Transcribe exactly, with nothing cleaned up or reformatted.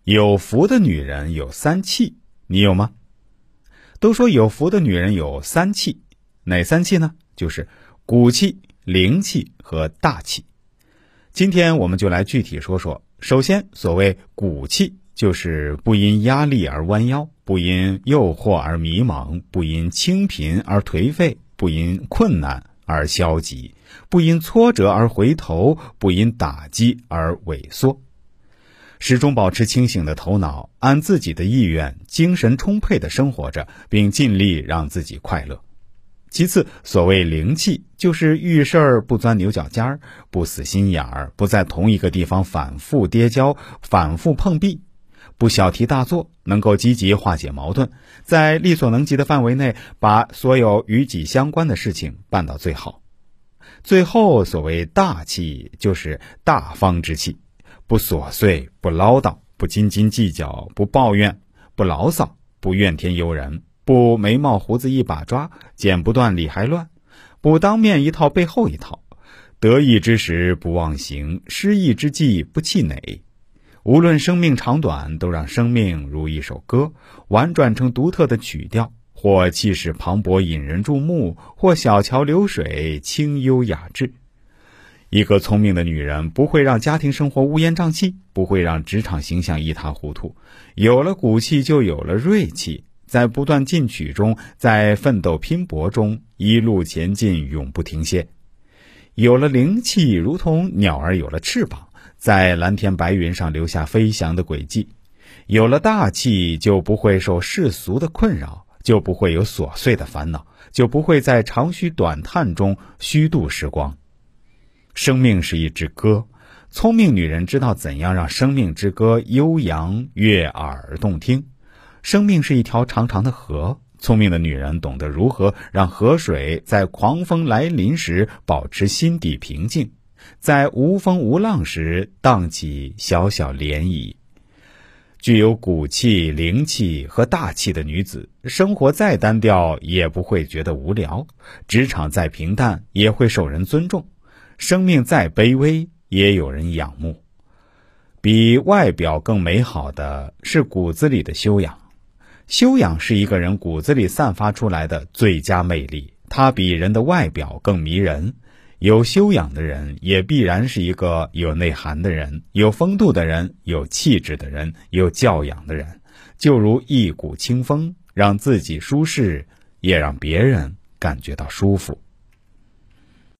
有福的女人有三气，你有吗？都说有福的女人有三气，哪三气呢？就是骨气、灵气和大气。今天我们就来具体说说。首先，所谓骨气，就是不因压力而弯腰，不因诱惑而迷茫，不因清贫而颓废，不因困难而消极，不因挫折而回头，不因打击而萎缩。始终保持清醒的头脑，按自己的意愿，精神充沛地生活着，并尽力让自己快乐。其次，所谓灵气，就是遇事儿不钻牛角尖儿，不死心眼儿，不在同一个地方反复跌跤，反复碰壁，不小题大做，能够积极化解矛盾，在力所能及的范围内，把所有与己相关的事情办到最好。最后，所谓大气，就是大方之气，不琐碎，不唠叨，不斤斤计较，不抱怨，不牢骚，不怨天尤人，不眉毛胡子一把抓，剪不断理还乱，不当面一套背后一套，得意之时不忘形，失意之际不气馁。无论生命长短，都让生命如一首歌，婉转成独特的曲调，或气势磅礴引人注目，或小桥流水清幽雅致。一个聪明的女人不会让家庭生活乌烟瘴气，不会让职场形象一塌糊涂。有了骨气就有了锐气，在不断进取中，在奋斗拼搏中，一路前进，永不停歇。有了灵气，如同鸟儿有了翅膀，在蓝天白云上留下飞翔的轨迹。有了大气，就不会受世俗的困扰，就不会有琐碎的烦恼，就不会在长吁短叹中虚度时光。生命是一支歌，聪明女人知道怎样让生命之歌悠扬悦耳动听。生命是一条长长的河，聪明的女人懂得如何让河水在狂风来临时保持心底平静，在无风无浪时荡起小小涟漪。具有骨气、灵气和大气的女子，生活再单调也不会觉得无聊，职场再平淡也会受人尊重，生命再卑微也有人仰慕。比外表更美好的是骨子里的修养。修养是一个人骨子里散发出来的最佳魅力，它比人的外表更迷人。有修养的人也必然是一个有内涵的人，有风度的人，有气质的人，有教养的人，就如一股清风，让自己舒适，也让别人感觉到舒服。